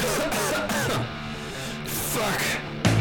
Fuck.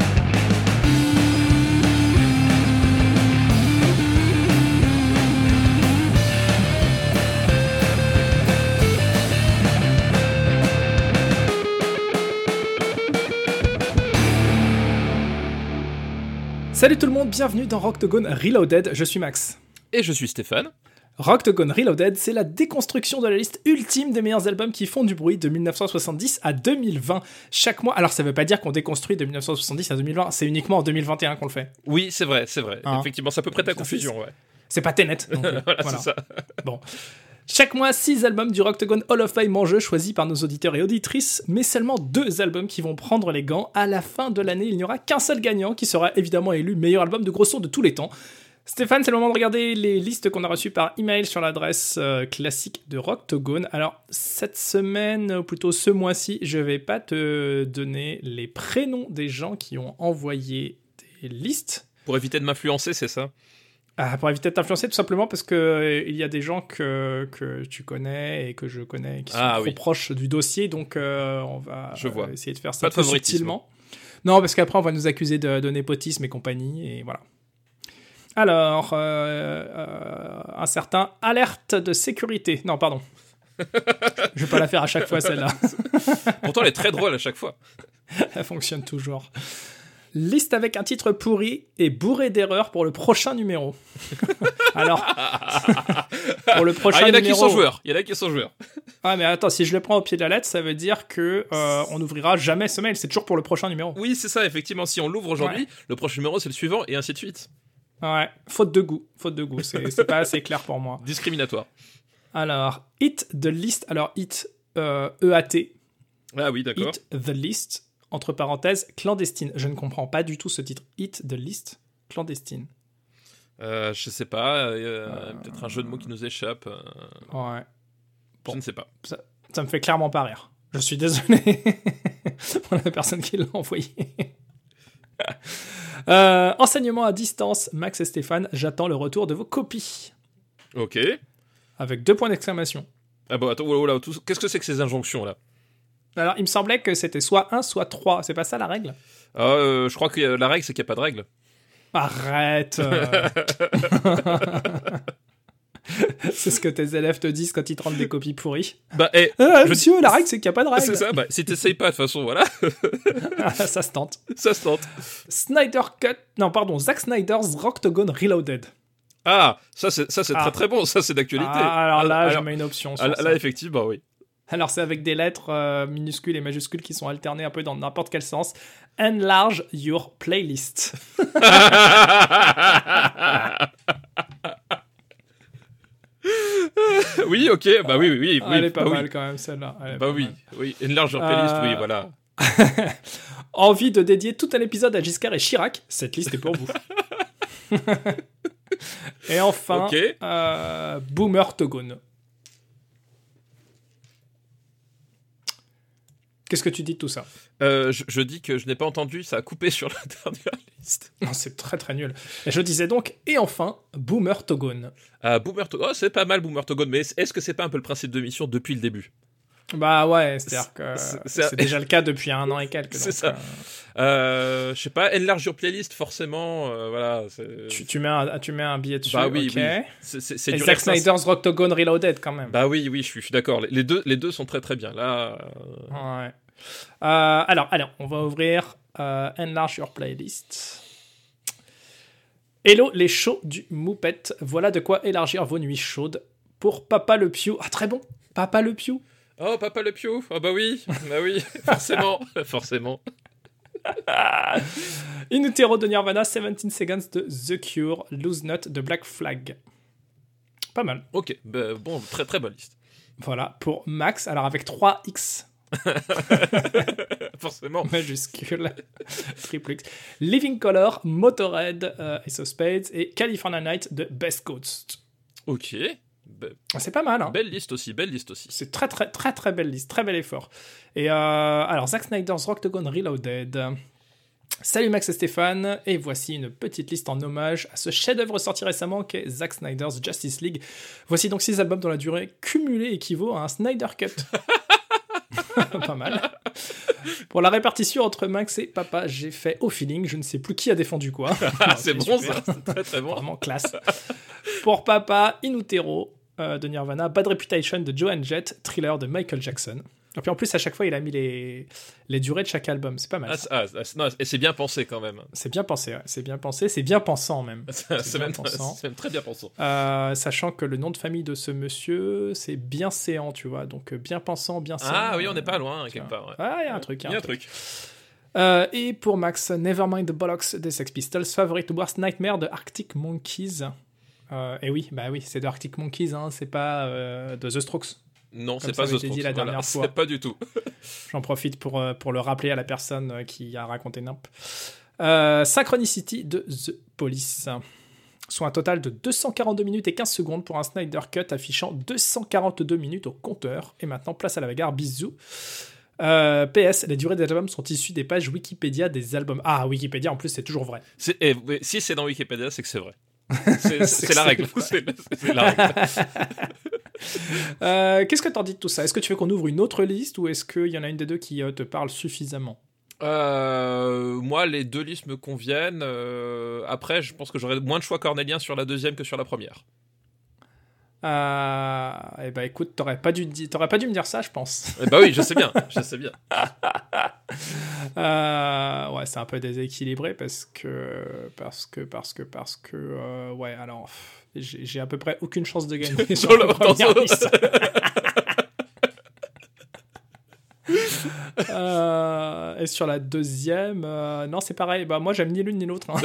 Salut tout le monde, bienvenue dans Rocktogone Reloaded, je suis Max. Et je suis Stéphane. Rocktogone Reloaded, c'est la déconstruction de la liste ultime des meilleurs albums qui font du bruit de 1970 à 2020. Chaque mois, alors ça veut pas dire qu'on déconstruit de 1970 à 2020, c'est uniquement en 2021 qu'on le fait. Oui, c'est vrai. Hein. Effectivement, ça peut prêter à confusion, ouais. C'est pas Tenet. Donc, voilà, c'est ça. Bon. Chaque mois, 6 albums du Rocktogone Hall of Fame en jeu choisis par nos auditeurs et auditrices, mais seulement 2 albums qui vont prendre les gants. À la fin de l'année, il n'y aura qu'un seul gagnant qui sera évidemment élu meilleur album de gros son de tous les temps. Stéphane, c'est le moment de regarder les listes qu'on a reçues par email sur l'adresse classique de Rocktogone. Alors, cette semaine, ou plutôt ce mois-ci, je vais pas te donner les prénoms des gens qui ont envoyé des listes. Pour éviter de m'influencer, c'est ça? Pour éviter de t'influencer, tout simplement parce que il y a des gens que tu connais et que je connais et qui sont trop proches du dossier, donc on va essayer de faire ça plus subtilement. Non, parce qu'après on va nous accuser de népotisme et compagnie, et voilà. Alors, un certain alerte de sécurité. Non, pardon. Je vais pas la faire à chaque fois, celle-là. Pourtant, elle est très drôle à chaque fois. Elle fonctionne toujours. Liste avec un titre pourri et bourré d'erreurs pour le prochain numéro. Alors, pour le prochain numéro... Il y en a qui sont joueurs. Ah, mais attends, si je le prends au pied de la lettre, ça veut dire que on n'ouvrira jamais ce mail. C'est toujours pour le prochain numéro. Oui, c'est ça, effectivement. Si on l'ouvre aujourd'hui, le prochain numéro, c'est le suivant, et ainsi de suite. Ouais, faute de goût. C'est pas assez clair pour moi. Discriminatoire. Alors, Hit the List. Alors, Hit, E-A-T. Ah oui, d'accord. Hit the List. Entre parenthèses, clandestine. Je ne comprends pas du tout ce titre. Hit the List, clandestine. Je sais pas. Peut-être un jeu de mots qui nous échappe. Ouais. Bon, je ne sais pas. Ça me fait clairement pas rire. Je suis désolé pour la personne qui l'a envoyé. Enseignement à distance, Max et Stéphane, j'attends le retour de vos copies. Ok. Avec 2 points d'exclamation. Ah bon, attends, voilà, qu'est-ce que c'est que ces injonctions là? Alors, il me semblait que c'était soit 1, soit 3. C'est pas ça la règle? Je crois que la règle, c'est qu'il n'y a pas de règle. Arrête. C'est ce que tes élèves te disent quand ils te rendent des copies pourries. Monsieur, la règle, c'est qu'il n'y a pas de règle. C'est ça, si t'essayes pas, de toute façon, voilà. Ça se tente. Ça se tente. Zack Snyder's Rocktogone Reloaded. Ah, ça c'est très très bon, ça c'est d'actualité. Alors là, je mets une option sur ça. Là, effectivement, oui. Alors, c'est avec des lettres minuscules et majuscules qui sont alternées un peu dans n'importe quel sens. Enlarge your playlist. Oui, ok, bah oui. Elle est pas mal quand même, celle-là. Oui, enlarge your playlist, oui, voilà. Envie de dédier tout un épisode à Giscard et Chirac, cette liste est pour vous. Et enfin, Boomer Togone. Qu'est-ce que tu dis de tout ça? Je dis que je n'ai pas entendu, ça a coupé sur la dernière liste. Non, c'est très très nul. Et je disais donc, et enfin, Boomer Togone. Boomer Togone, c'est pas mal Boomer Togone, mais est-ce que c'est pas un peu le principe de l'émission depuis le début? Bah ouais, c'est-à-dire que c'est déjà le cas depuis 1 an et quelques. C'est ça. Je sais pas, enlarge your playlist, forcément, voilà. Tu mets un billet dessus, bah oui, okay. Oui. C'est et Zack Snyder's Rocktogone Reloaded, quand même. Bah oui, je suis d'accord. Les deux sont très très bien, là. Ouais. Alors, on va ouvrir Enlarge Your Playlist. Hello les chauds du Moupette, voilà de quoi élargir vos nuits chaudes pour Papa Le Pew. Ah, très bon, Papa Le Pew. Oh, Papa Le Pew. Ah bah oui, forcément. In Utero de Nirvana, 17 Seconds de The Cure, Lose Nut de Black Flag. Pas mal. Ok, bon, très très bonne liste. Voilà, pour Max, alors avec 3 X. Forcément. Majuscule. Triple X. Living Color, Motorhead, Ace of Spades et California Night de Best Coast. Ok. C'est pas mal, hein. Belle liste aussi. C'est très très très très belle liste, très bel effort. Et alors, Zack Snyder's Rocktogone Reloaded. Salut Max et Stéphane, et voici une petite liste en hommage à ce chef-d'œuvre sorti récemment qu'est Zack Snyder's Justice League. Voici donc 6 albums dont la durée cumulée équivaut à un Snyder Cut. Pas mal. Pour la répartition entre Max et Papa, j'ai fait au feeling. Je ne sais plus qui a défendu quoi. C'est bon ça, c'est très très bon. Vraiment classe. Pour Papa, In Utero de Nirvana, Bad Reputation de Joan Jett, Thriller de Michael Jackson. Et puis en plus, à chaque fois, il a mis les durées de chaque album. C'est pas mal. Non, et c'est bien pensé quand même. C'est bien pensé, ouais. C'est bien pensé. C'est bien pensant même. C'est même très bien pensé. Sachant que le nom de famille de ce monsieur, c'est bien séant, tu vois. Donc bien pensant, bien séant. Ah oui, on n'est pas loin, quelque part. Ouais. Ah, il y a un truc. Il y a un truc. Et pour Max, Nevermind the Bollocks des Sex Pistols, Favorite Worst Nightmare de Arctic Monkeys. Et oui, c'est de Arctic Monkeys, hein, c'est pas de The Strokes. Non, Comme c'est pas The dit Strokes. la dernière fois. C'est pas du tout. J'en profite pour le rappeler à la personne qui a raconté Nimp. Synchronicity de The Police. Soit un total de 242 minutes et 15 secondes pour un Snyder Cut affichant 242 minutes au compteur. Et maintenant, place à la bagarre, bisous. PS, les durées des albums sont issues des pages Wikipédia des albums. Ah, Wikipédia, en plus, c'est toujours vrai. Si c'est dans Wikipédia, c'est que c'est vrai. C'est la règle. C'est la règle. Qu'est-ce que t'en dis de tout ça ? Est-ce que tu veux qu'on ouvre une autre liste ou est-ce qu'il y en a une des deux qui te parle suffisamment ? Moi, les deux listes me conviennent. Après, je pense que j'aurais moins de choix cornéliens sur la deuxième que sur la première. Eh ben écoute, t'aurais pas dû me dire ça, je pense. Bah oui, je sais bien. Ouais, c'est un peu déséquilibré parce que ouais, alors j'ai à peu près aucune chance de gagner sur la première liste. Et sur la deuxième, non, c'est pareil. Bah moi, j'aime ni l'une ni l'autre. Hein.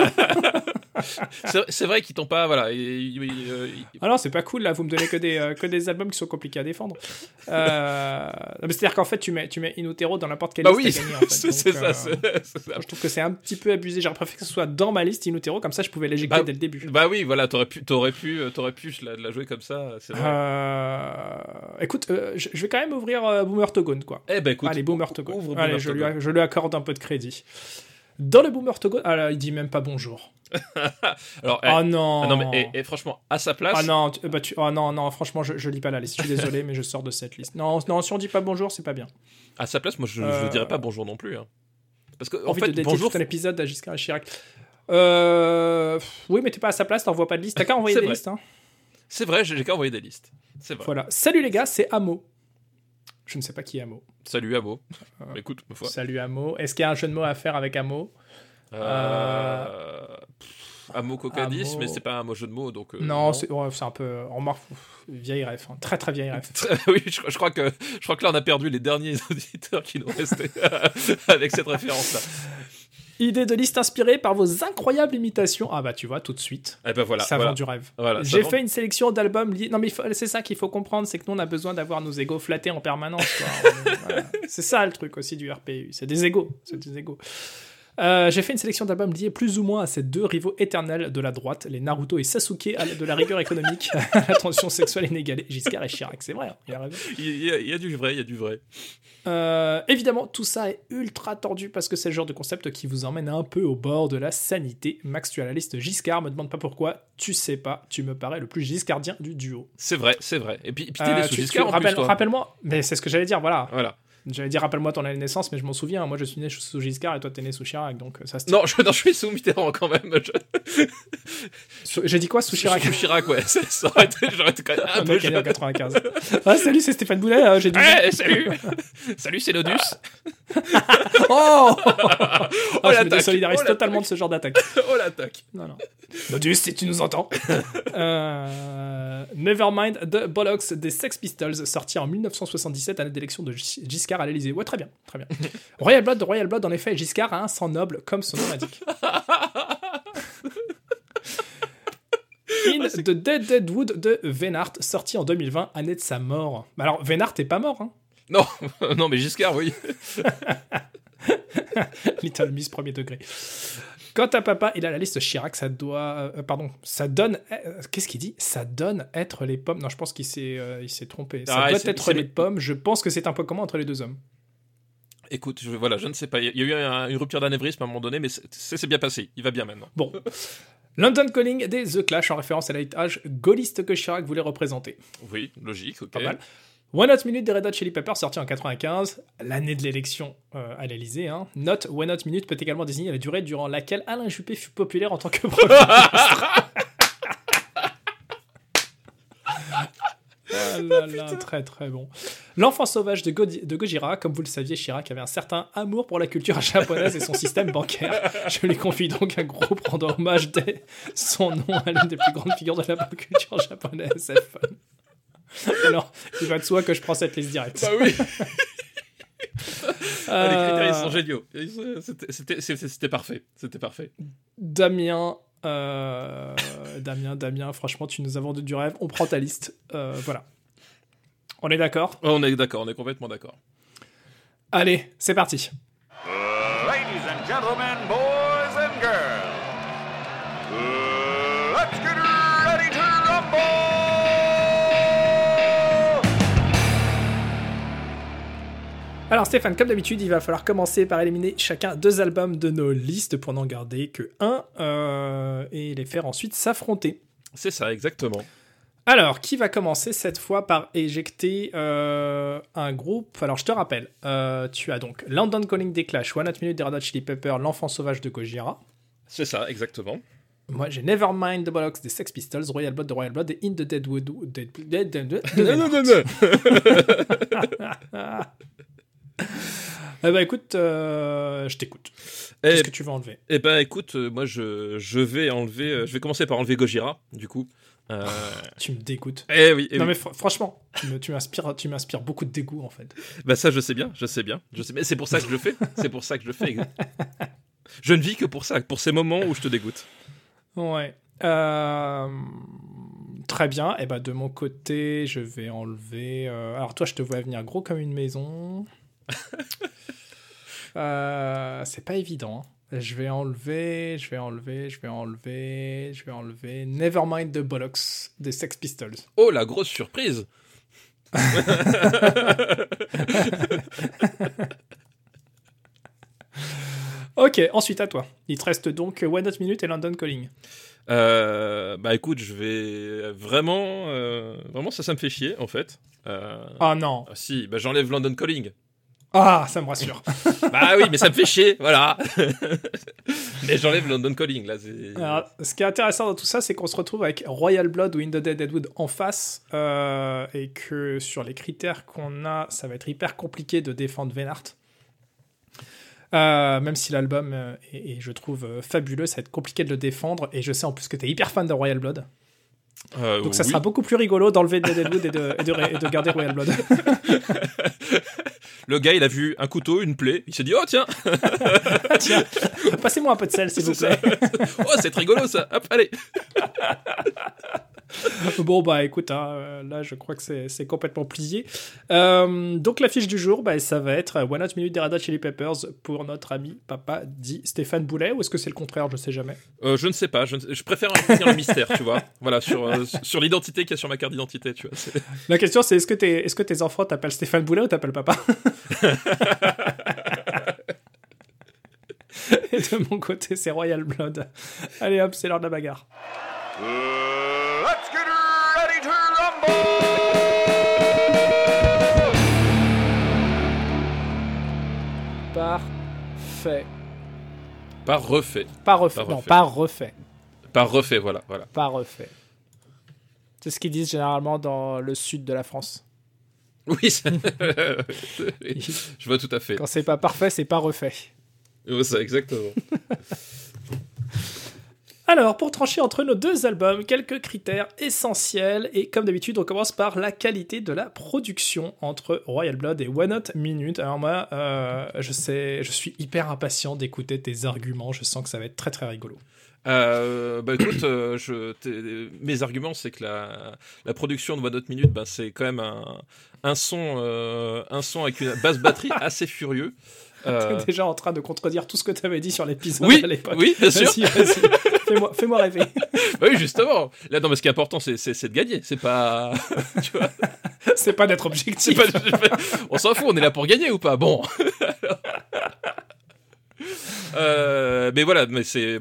C'est vrai qu'ils t'ont pas, voilà. Ah non, c'est pas cool là. Vous me donnez que des albums qui sont compliqués à défendre. Mais c'est-à-dire qu'en fait, tu mets In Utero dans n'importe quelle liste, t'as gagné. En fait. C'est ça. Je trouve que c'est un petit peu abusé. J'aurais préféré que ce soit dans ma liste In Utero, comme ça, je pouvais l'éjecter dès le début. Bah oui, voilà, t'aurais pu la jouer comme ça. C'est vrai. Écoute, je vais quand même ouvrir Boomer Togone, quoi. Eh ben écoute, allez, Boomer Togone. Allez, je lui accorde un peu de crédit. Dans le Boomer Togone, il dit même pas bonjour. Alors, non. Non, mais franchement, à sa place. Non, franchement, je lis pas la liste. Je suis désolé, mais je sors de cette liste. Non, si on dit pas bonjour, c'est pas bien. À sa place, moi, je dirais pas bonjour non plus. Hein. Parce que, en fait, bonjour. C'est un épisode à Giscard et Chirac. Oui, mais t'es pas à sa place, t'envoies pas de liste. T'as qu'à envoyer des listes. Hein. C'est vrai, j'ai qu'à envoyer des listes. C'est vrai. Voilà. Salut les gars, c'est Amo. Je ne sais pas qui est Amo. Salut Amo. Écoute, ma foi. Salut Amo. Est-ce qu'il y a un jeu de mots à faire avec Amo Amo Cocadis, mais c'est pas un jeu de mots, donc. Non. C'est un peu. En marque, vieille ref. Hein. Très très vieille ref. Oui, je crois que là on a perdu les derniers auditeurs qui nous restaient avec cette référence-là. Idée de liste inspirée par vos incroyables imitations. Ah bah tu vois, tout de suite. Eh ben voilà, ça vend du rêve. Voilà, j'ai fait une sélection d'albums liés... Non mais c'est ça qu'il faut comprendre, c'est que nous on a besoin d'avoir nos égos flattés en permanence. Voilà. C'est ça le truc aussi du RPU, c'est des égos. J'ai fait une sélection d'albums liés plus ou moins à ces deux rivaux éternels de la droite, les Naruto et Sasuke, de la rigueur économique à la tension sexuelle inégalée. Giscard et Chirac, c'est vrai. Hein, il y a du vrai, évidemment, tout ça est ultra tordu parce que c'est le genre de concept qui vous emmène un peu au bord de la sanité. Max, tu as la liste Giscard, me demande pas pourquoi, tu sais pas, tu me parais le plus giscardien du duo. C'est vrai. Et puis t'es né sous Giscard en plus, toi. Rappelle-moi, mais c'est ce que j'allais dire, voilà. J'allais dire, rappelle-moi ton année de naissance, mais je m'en souviens. Moi, je suis né sous Giscard et toi, t'es né sous Chirac, donc ça se tient. Non, je suis sous Mitterrand quand même. J'ai dit quoi, sous Chirac? Sous Chirac, ouais. J'aurais été quand même un peu jeune. En 95. Ah, salut, c'est Stéphane Boulet. J'ai dit. Salut. Salut, c'est Nodus. Je me désolidarise totalement de ce genre d'attaque. Oh, l'attaque. Non. Nodus, si tu nous entends. Nevermind the Bollocks des Sex Pistols, sorti en 1977, année d'élection de Giscard à l'Élysée. Ouais, très bien. Royal Blood, en effet, Giscard a un sang noble, comme son nom l'indique. In the Dead Wood de Vénart, sorti en 2020, année de sa mort. Alors, Vénart est pas mort, hein. Non, mais Giscard, oui. Little Miss premier degré. Quant à Papa, il a la liste Chirac, ça donne... qu'est-ce qu'il dit ? Ça donne être les pommes... Non, je pense qu'il s'est trompé. Ça doit être les pommes. Je pense que c'est un peu commun entre les deux hommes. Écoute, je ne sais pas. Il y a eu une rupture d'anévrisme à un moment donné, mais c'est bien passé. Il va bien maintenant. Bon. London Calling des The Clash, en référence à l'héritage gaulliste que Chirac voulait représenter. Oui, logique, ok. Pas mal. One Hot Minute des Red Hot Chili Peppers, sorti en 95, l'année de l'élection à l'Elysée. Note, One Hot Minute peut également désigner la durée durant laquelle Alain Juppé fut populaire en tant que Premier ministre. Ah là là, très très bon. L'enfant sauvage de Gojira, comme vous le saviez, Chirac avait un certain amour pour la culture japonaise et son système bancaire. Je lui confie donc un groupe rendant hommage dès son nom à l'une des plus grandes figures de la culture japonaise. C'est fun. Alors, il va de soi que je prends cette liste directe. Bah oui. Les critères, ils sont géniaux. C'était parfait. C'était parfait. Damien, franchement, tu nous as vendu du rêve. On prend ta liste. Voilà. On est d'accord ? On est d'accord, on est complètement d'accord. Allez, c'est parti. Ladies and gentlemen, boys and girls, let's get ready to rumble! Alors Stéphane, comme d'habitude, il va falloir commencer par éliminer chacun 2 albums de nos listes pour n'en garder que un et les faire ensuite s'affronter. C'est ça, exactement. Alors, qui va commencer cette fois par éjecter un groupe ? Alors, je te rappelle, tu as donc London Calling des Clash, One Hot Minute des Red Hot Chili Peppers, L'Enfant Sauvage de Gojira. C'est ça, exactement. Moi, j'ai Nevermind the Bollocks des Sex Pistols, Royal Blood de Royal Blood et In the Deadwood de Eh ben écoute, je t'écoute. Qu'est-ce que tu veux enlever ? Eh ben écoute, moi je vais enlever, je vais commencer par enlever Gojira, du coup. Tu me dégoûtes. Eh oui. Non mais franchement, tu m'inspires beaucoup de dégoût en fait. Bah ça je sais bien. Mais c'est pour ça que je le fais. Je ne vis que pour ça, pour ces moments où je te dégoûte. Ouais. Très bien. Et ben de mon côté, je vais enlever. Alors toi, je te vois venir gros comme une maison. C'est pas évident. Je vais enlever Nevermind the Bollocks des Sex Pistols. Oh, la grosse surprise. Ok, ensuite à toi. Il te reste donc One Hot Minute et London Calling. Bah écoute, je vais vraiment ça me fait chier en fait. Ah non. Si, bah j'enlève London Calling. Ah, ça me rassure. Bah oui, mais ça me fait chier, voilà. Mais j'enlève London Calling, là. Alors, ce qui est intéressant dans tout ça, c'est qu'on se retrouve avec Royal Blood ou In the Deadwood en face, et que sur les critères qu'on a, ça va être hyper compliqué de défendre Venart. Même si l'album est, je trouve, fabuleux, ça va être compliqué de le défendre, et je sais en plus que t'es hyper fan de Royal Blood. Donc ça sera beaucoup plus rigolo d'enlever The Deadwood et de garder Royal Blood. Le gars, il a vu un couteau, une plaie, il s'est dit « Oh tiens, tiens, passez-moi un peu de sel, s'il vous plaît. » Oh, c'est rigolo ça, hop, allez. Bon, bah écoute, là je crois que c'est complètement plié. Donc l'affiche du jour, ça va être One Hot Minute des Red Hot Chili Peppers pour notre ami papa dit Stéphane Boulet, ou est-ce que c'est le contraire ? Je sais jamais. Je ne sais pas, je préfère maintenir le mystère, tu vois. Voilà, sur l'identité qu'il y a sur ma carte d'identité, tu vois. La question c'est est-ce que tes enfants t'appellent Stéphane Boulet ou t'appellent papa ? Et de mon côté, c'est Royal Blood. Allez hop, c'est l'heure de la bagarre. Let's get ready to rumble! Parfait. Pas refait. Pas refait. Non, pas refait. Pas refait, voilà. Pas refait. C'est ce qu'ils disent généralement dans le sud de la France. Oui, je vois tout à fait. Quand c'est pas parfait, c'est pas refait. Oui, ça, exactement. Alors, pour trancher entre nos 2 albums, quelques critères essentiels. Et comme d'habitude, on commence par la qualité de la production entre Royal Blood et One Hot Minute. Alors moi, je suis hyper impatient d'écouter tes arguments. Je sens que ça va être très très rigolo. Écoute, mes arguments, c'est que la production de One Hot Minute, c'est quand même un son avec une basse batterie assez furieux. T'es déjà en train de contredire tout ce que t'avais dit sur l'épisode à l'époque. Oui, bien sûr. Vas-y. Fais-moi rêver. Oui, justement. Là, non, mais ce qui est important, c'est de gagner. C'est pas, tu vois. C'est pas d'être objectif. On s'en fout. On est là pour gagner ou pas ? Bon. Mais voilà, mais c'est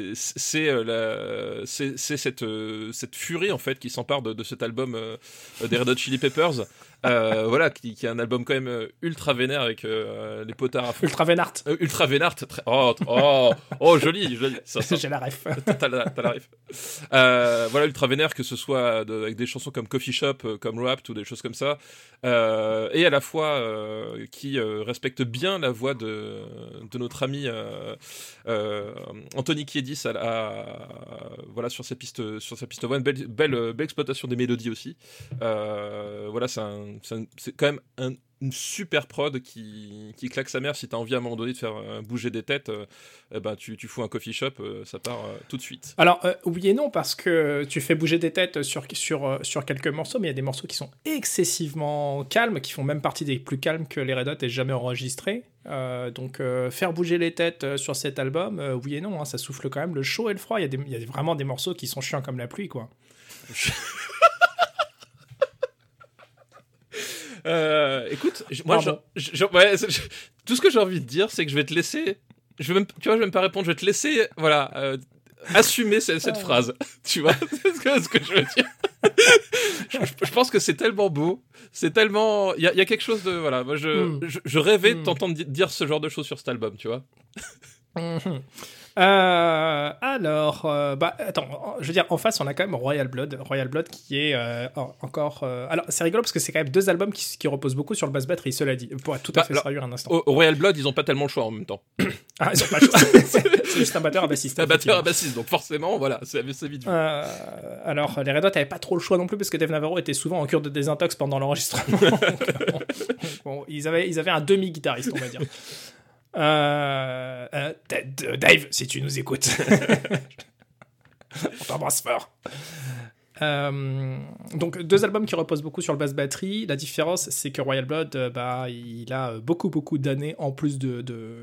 cette furie en fait qui s'empare de cet album des Red Hot Chili Peppers. Voilà, qui est un album quand même ultra vénère avec les potards à fond. Ultra Vénart. Ultra vénard, joli. Ça. J'ai la ref. T'as la ref. Voilà, ultra vénère, que ce soit avec des chansons comme Coffee Shop, comme Wrapped ou des choses comme ça, et à la fois qui respecte bien la voix de notre ami Anthony Kiedis voilà, sur sa piste voix, une belle exploitation des mélodies aussi. Voilà, c'est quand même une super prod qui claque sa mère. Si t'as envie à un moment donné de faire bouger des têtes, tu fous un coffee shop, ça part tout de suite. Alors oui et non, parce que tu fais bouger des têtes sur quelques morceaux, mais il y a des morceaux qui sont excessivement calmes, qui font même partie des plus calmes que les Red Hot aient jamais enregistrés. Donc faire bouger les têtes sur cet album, oui et non, hein, ça souffle quand même le chaud et le froid. Il y a vraiment des morceaux qui sont chiants comme la pluie, quoi. Écoute, moi, tout ce que j'ai envie de dire, c'est que je vais te laisser. Je vais même pas répondre. Je vais te laisser, voilà, assumer cette phrase. Tu vois ce que je veux dire. Je pense que c'est tellement beau, c'est tellement. Il y a quelque chose de, voilà. Moi, je rêvais de t'entendre dire ce genre de choses sur cet album, tu vois. Alors, attends, je veux dire, en face, on a quand même Royal Blood qui est encore. Alors, c'est rigolo parce que c'est quand même deux albums qui reposent beaucoup sur le basse batterie, cela dit, pour être tout à fait sérieux un instant. Au Royal Blood, ils ont pas tellement le choix en même temps. Ah, ils ont pas le choix. C'est juste un batteur à bassiste. Un batteur à bassiste, donc forcément, voilà, c'est vite vu. Alors, les Red Hot n'avaient pas trop le choix non plus parce que Dave Navarro était souvent en cure de désintox pendant l'enregistrement. Bon, ils avaient un demi-guitariste, on va dire. Dave, si tu nous écoutes, on t'embrasse fort. Donc deux albums qui reposent beaucoup sur le basse batterie. La différence, c'est que Royal Blood, il a beaucoup d'années en plus de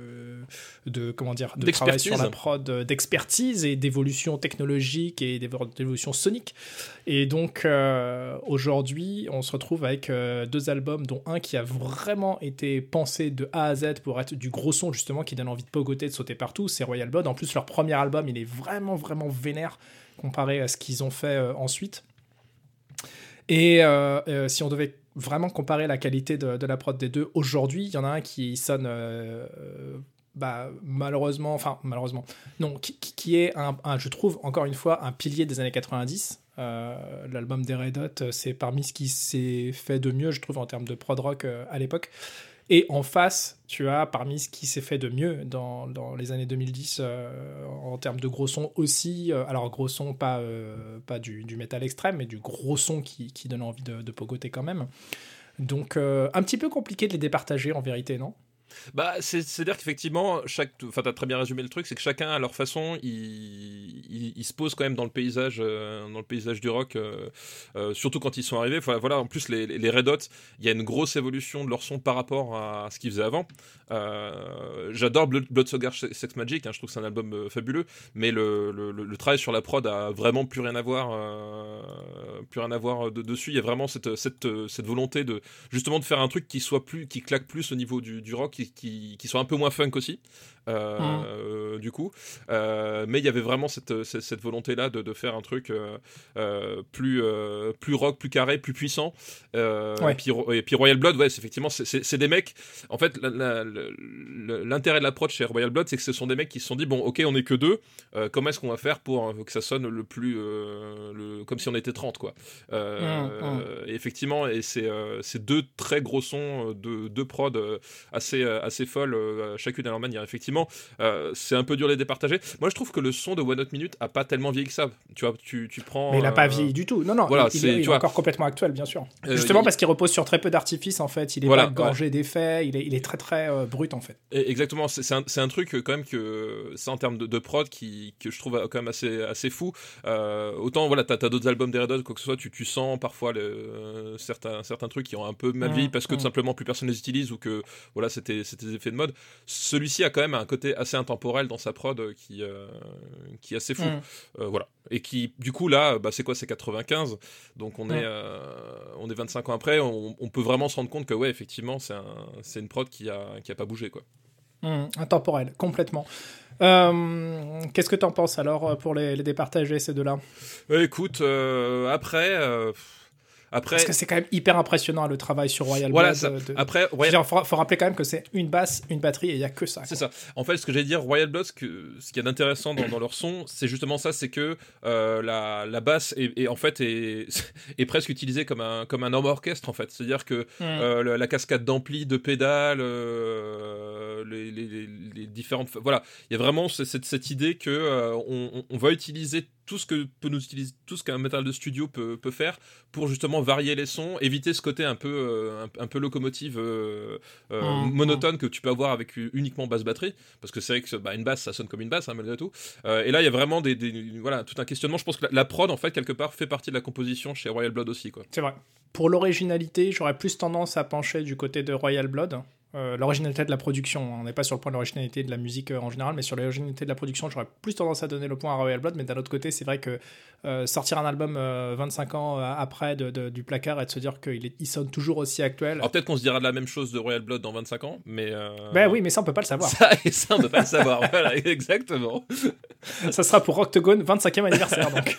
travail sur la prod, d'expertise et d'évolution technologique et d'évolution sonique. Et donc aujourd'hui, on se retrouve avec deux albums, dont un qui a vraiment été pensé de A à Z pour être du gros son justement, qui donne envie de pogoter, de sauter partout. C'est Royal Blood. En plus, leur premier album, il est vraiment vénère comparé à ce qu'ils ont fait ensuite. Et si on devait vraiment comparer la qualité de la prod des deux aujourd'hui, il y en a un qui sonne malheureusement, qui est je trouve encore une fois un pilier des années 90. L'album des Red Hot, c'est parmi ce qui s'est fait de mieux, je trouve, en termes de prod rock à l'époque. Et en face, tu as parmi ce qui s'est fait de mieux dans les années 2010 en termes de gros son aussi. Alors gros son, pas du métal extrême, mais du gros son qui donne envie de pogoter quand même. Donc un petit peu compliqué de les départager en vérité, non ? C'est-à-dire qu'effectivement, t'as très bien résumé le truc, c'est que chacun à leur façon, il se pose quand même dans le paysage du rock, surtout quand ils sont arrivés. Enfin, voilà, en plus les Red Hot, il y a une grosse évolution de leur son par rapport à ce qu'ils faisaient avant. J'adore Blood Sugar Sex Magik, hein, je trouve que c'est un album fabuleux, mais le travail sur la prod a vraiment plus rien à voir dessus. Il y a vraiment cette volonté de justement de faire un truc qui claque plus au niveau du rock, qui soit un peu moins funk aussi, du coup, mais il y avait vraiment cette volonté là de faire un truc plus rock, plus carré, plus puissant. Ouais. Et puis Royal Blood, ouais, effectivement, c'est des mecs, en fait, l'intérêt de l'approche chez Royal Blood, c'est que ce sont des mecs qui se sont dit, bon, ok, on est que deux, comment est-ce qu'on va faire pour que ça sonne le plus comme si on était 30, quoi. Et effectivement, et c'est deux très gros sons, deux prods assez folles, chacune à leur manière. Effectivement, c'est un peu dur de les départager. Moi, je trouve que le son de One Hot Minute a pas tellement vieilli que ça. Tu vois, tu prends. Mais il a pas vieilli du tout. Non, voilà, il est encore complètement actuel, bien sûr. Justement parce qu'il repose sur très peu d'artifices, en fait. Il est pas gorgé d'effets. Il est très très brut, en fait. Et exactement. C'est un truc quand même que ça, en termes de prod, que je trouve quand même assez fou. Autant voilà, t'as d'autres albums des Red Hot, quoi que ce soit, tu sens parfois certains trucs qui ont un peu mal vieilli parce que tout simplement plus personne les utilise, ou que voilà, c'était des effets de mode. Celui-ci a quand même un côté assez intemporel dans sa prod qui est assez fou. Voilà. Et qui, du coup, là, c'est quoi, c'est 95, donc on est 25 ans après, on peut vraiment se rendre compte que, ouais, effectivement, c'est une prod qui a pas bougé, quoi. Intemporel, complètement. Qu'est-ce que t'en penses alors pour les départager ces deux-là? Écoute, après... Parce que c'est quand même hyper impressionnant le travail sur Royal voilà, Blood. Après, faut rappeler quand même que c'est une basse, une batterie et il y a que ça. C'est ça. En fait, ce que j'allais dire, Royal Blood, ce qu'il y a d'intéressant dans leur son, c'est justement ça, c'est que la basse est presque utilisée comme un homme orchestre en fait. C'est-à-dire que la cascade d'ampli, de pédales, les différentes, voilà, il y a vraiment cette idée que on va utiliser tout ce qu'un métal de studio peut faire pour justement varier les sons, éviter ce côté un peu locomotive monotone que tu peux avoir avec uniquement basse batterie, parce que c'est vrai que une basse ça sonne comme une basse malgré tout. Et là il y a vraiment voilà, tout un questionnement. Je pense que la prod en fait quelque part fait partie de la composition chez Royal Blood aussi, quoi. C'est vrai. Pour l'originalité, j'aurais plus tendance à pencher du côté de Royal Blood. L'originalité de la production, on n'est pas sur le point de l'originalité de la musique en général, mais sur l'originalité de la production, j'aurais plus tendance à donner le point à Royal Blood, mais d'un autre côté, c'est vrai que sortir un album 25 ans après du placard et de se dire qu'il sonne toujours aussi actuel... Alors peut-être qu'on se dira de la même chose de Royal Blood dans 25 ans, mais... Ben oui, mais ça on peut pas le savoir. Ça on peut pas le savoir, voilà, exactement. Ça sera pour Rocktogone, 25e anniversaire, donc.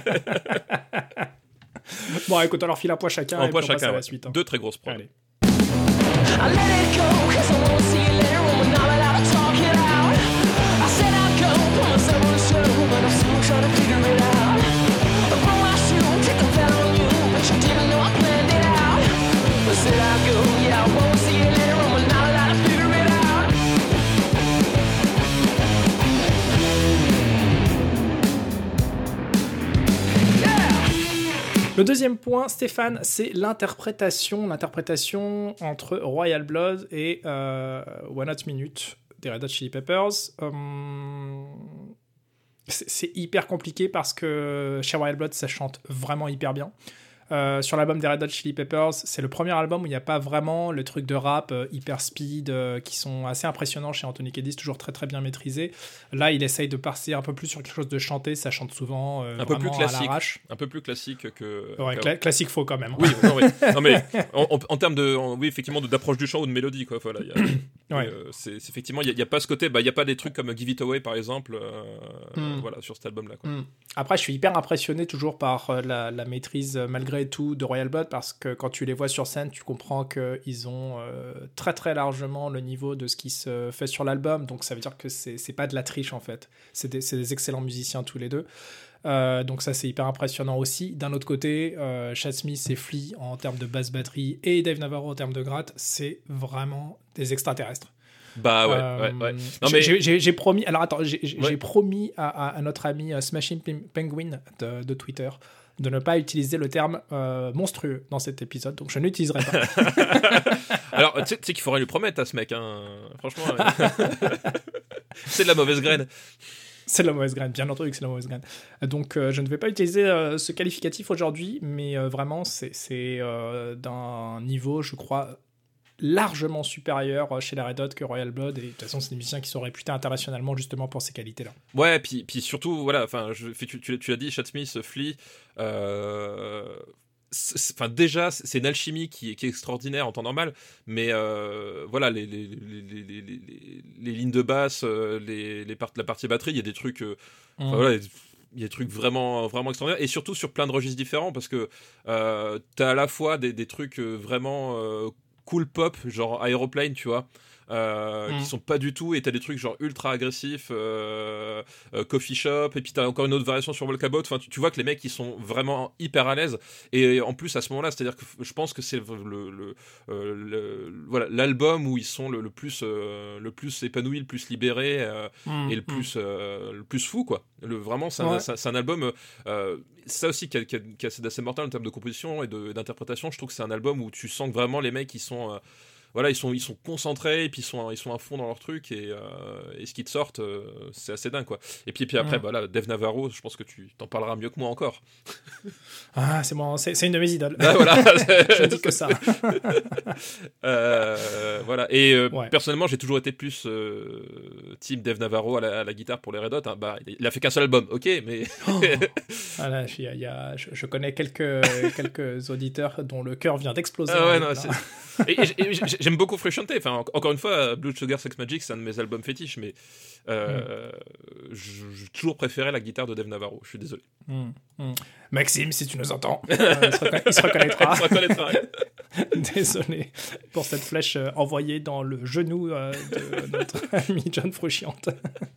Bon, écoute, alors file un point chacun et puis on passe à la suite. Deux très grosses prods. Allez. I let it go, cause I won't see you later when we're not allowed to talk it out. I said I'd go, put myself on the show, but I'm still trying to figure it out. I broke my shoe, take them fell on you, but you didn't know I planned it out. I said I'd go, yeah, I won't see you later when we're not allowed to figure it out. Le deuxième point, Stéphane, c'est l'interprétation entre Royal Blood et One Hot Minute des Red Hot Chili Peppers. C'est hyper compliqué parce que chez Royal Blood, ça chante vraiment hyper bien. Sur l'album des Red Hot Chili Peppers, c'est le premier album où il n'y a pas vraiment le truc de rap hyper speed qui sont assez impressionnants chez Anthony Kiedis, toujours très très bien maîtrisé. Là, il essaye de passer un peu plus sur quelque chose de chanté, ça chante souvent un peu plus classique, à l'arrache. Un peu plus classique que... Ouais, classique faux quand même. Oui, non, mais en termes de... oui, effectivement, d'approche du chant ou de mélodie, quoi. Voilà, ouais. C'est effectivement, il n'y a pas ce côté... il n'y a pas des trucs comme Give It Away, par exemple, voilà, sur cet album-là, quoi. Après, je suis hyper impressionné toujours par la maîtrise, malgré tout, de Royal Blood, parce que quand tu les vois sur scène, tu comprends qu'ils ont très très largement le niveau de ce qui se fait sur l'album, donc ça veut dire que c'est pas de la triche en fait, c'est des excellents musiciens tous les deux. Donc ça c'est hyper impressionnant aussi. D'un autre côté, Chad Smith et Flea en termes de basse batterie et Dave Navarro en termes de gratte, c'est vraiment des extraterrestres. Bah ouais. Non, mais j'ai promis. Alors attends, j'ai promis à notre ami Smashing Penguin de Twitter de ne pas utiliser le terme monstrueux dans cet épisode, donc je n'utiliserai pas. Alors tu sais qu'il faudrait lui promettre à ce mec, hein. Franchement, c'est de la mauvaise graine. C'est de la mauvaise graine, bien entendu que c'est de la mauvaise graine. Donc je ne vais pas utiliser ce qualificatif aujourd'hui, mais vraiment c'est d'un niveau, je crois, largement supérieur chez les Red Hot que Royal Blood, et de toute façon c'est des musiciens qui sont réputés internationalement justement pour ces qualités-là. Ouais, puis surtout, voilà, enfin, tu l'as dit, Chad Smith, Flea, enfin déjà c'est une alchimie qui est extraordinaire en temps normal, mais voilà, les lignes de basse, la partie batterie, il y a des trucs, voilà, il y a des trucs vraiment, vraiment extraordinaires, et surtout sur plein de registres différents, parce que t'as à la fois des trucs vraiment cool pop, genre Aeroplane, tu vois, qui sont pas du tout, et t'as des trucs genre ultra agressifs, Coffee Shop, et puis t'as encore une autre variation sur Walkabout. Enfin, tu vois que les mecs ils sont vraiment hyper à l'aise, et en plus à ce moment-là, c'est-à-dire que je pense que c'est voilà, l'album où ils sont le plus épanouis, le plus libérés, et le plus fou, quoi. Vraiment c'est un album, ça aussi qui est assez mortel en termes de composition et d'interprétation. Je trouve que c'est un album où tu sens que vraiment les mecs ils sont voilà, ils sont concentrés, et puis ils sont à fond dans leur truc, et ce qu'ils te sortent, c'est assez dingue, quoi. Et puis après, voilà, Dave Navarro, je pense que tu t'en parleras mieux que moi encore. Ah, c'est bon, c'est une de mes idoles. Ah, voilà. Je dis que ça. Voilà. Et personnellement, j'ai toujours été plus team Dave Navarro à la guitare pour les Red Hot. Hein. Bah, il a fait qu'un seul album, ok, mais. Voilà, je connais quelques auditeurs dont le cœur vient d'exploser. Ah ouais, non, j'aime beaucoup Frusciante. Enfin, encore une fois, Blood Sugar Sex Magik, c'est un de mes albums fétiches, mais j'ai toujours préféré la guitare de Dave Navarro. Je suis désolé. Maxime, si tu nous entends, il se reconnaîtra. Il se reconnaîtra. Désolé pour cette flèche envoyée dans le genou de notre ami John Frusciante.